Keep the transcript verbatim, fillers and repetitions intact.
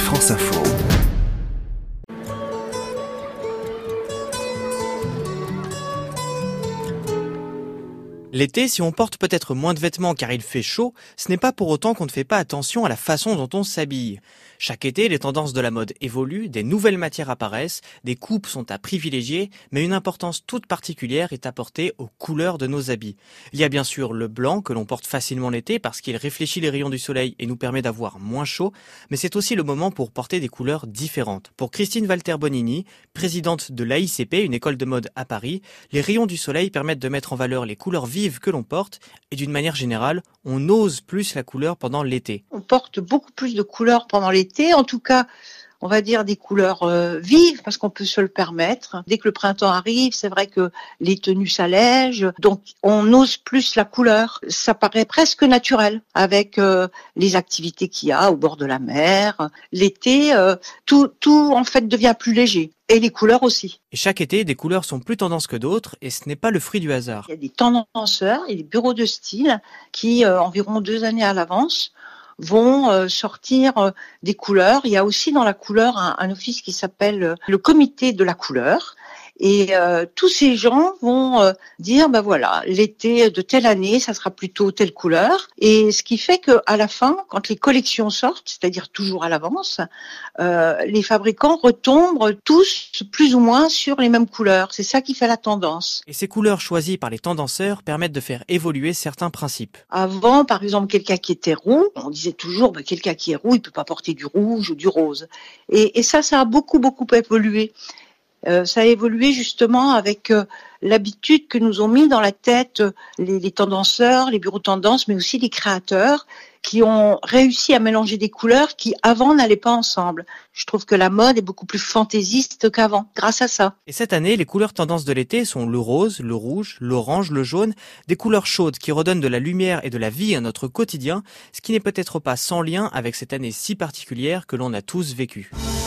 France Info. L'été, si on porte peut-être moins de vêtements car il fait chaud, ce n'est pas pour autant qu'on ne fait pas attention à la façon dont on s'habille. Chaque été, les tendances de la mode évoluent, des nouvelles matières apparaissent, des coupes sont à privilégier, mais une importance toute particulière est apportée aux couleurs de nos habits. Il y a bien sûr le blanc que l'on porte facilement l'été parce qu'il réfléchit les rayons du soleil et nous permet d'avoir moins chaud, mais c'est aussi le moment pour porter des couleurs différentes. Pour Christine Walter-Bonini, présidente de l'A I C P, une école de mode à Paris, les rayons du soleil permettent de mettre en valeur les couleurs vives que l'on porte et d'une manière générale, on ose plus la couleur pendant l'été. On porte beaucoup plus de couleurs pendant l'été, en tout cas, on va dire des couleurs euh, vives parce qu'on peut se le permettre. Dès que le printemps arrive, c'est vrai que les tenues s'allègent, donc on ose plus la couleur. Ça paraît presque naturel avec euh, les activités qu'il y a au bord de la mer. L'été, euh, tout, tout en fait devient plus léger. Et les couleurs aussi. Et chaque été, des couleurs sont plus tendances que d'autres et ce n'est pas le fruit du hasard. Il y a des tendanceurs et des bureaux de style qui, euh, environ deux années à l'avance, vont euh, sortir euh, des couleurs. Il y a aussi dans la couleur un, un office qui s'appelle euh, le comité de la couleur. Et euh, tous ces gens vont euh, dire, ben voilà, l'été de telle année, ça sera plutôt telle couleur. Et ce qui fait que à la fin, quand les collections sortent, c'est-à-dire toujours à l'avance, euh, les fabricants retombent tous plus ou moins sur les mêmes couleurs. C'est ça qui fait la tendance. Et ces couleurs choisies par les tendanceurs permettent de faire évoluer certains principes. Avant, par exemple, quelqu'un qui était roux, on disait toujours, ben, quelqu'un qui est roux, il peut pas porter du rouge ou du rose. Et, et ça, ça a beaucoup, beaucoup évolué. Euh, ça a évolué justement avec euh, l'habitude que nous ont mis dans la tête euh, les, les tendanceurs, les bureaux tendances, mais aussi les créateurs qui ont réussi à mélanger des couleurs qui avant n'allaient pas ensemble. Je trouve que la mode est beaucoup plus fantaisiste qu'avant, grâce à ça. Et cette année, les couleurs tendances de l'été sont le rose, le rouge, l'orange, le jaune, des couleurs chaudes qui redonnent de la lumière et de la vie à notre quotidien, ce qui n'est peut-être pas sans lien avec cette année si particulière que l'on a tous vécue.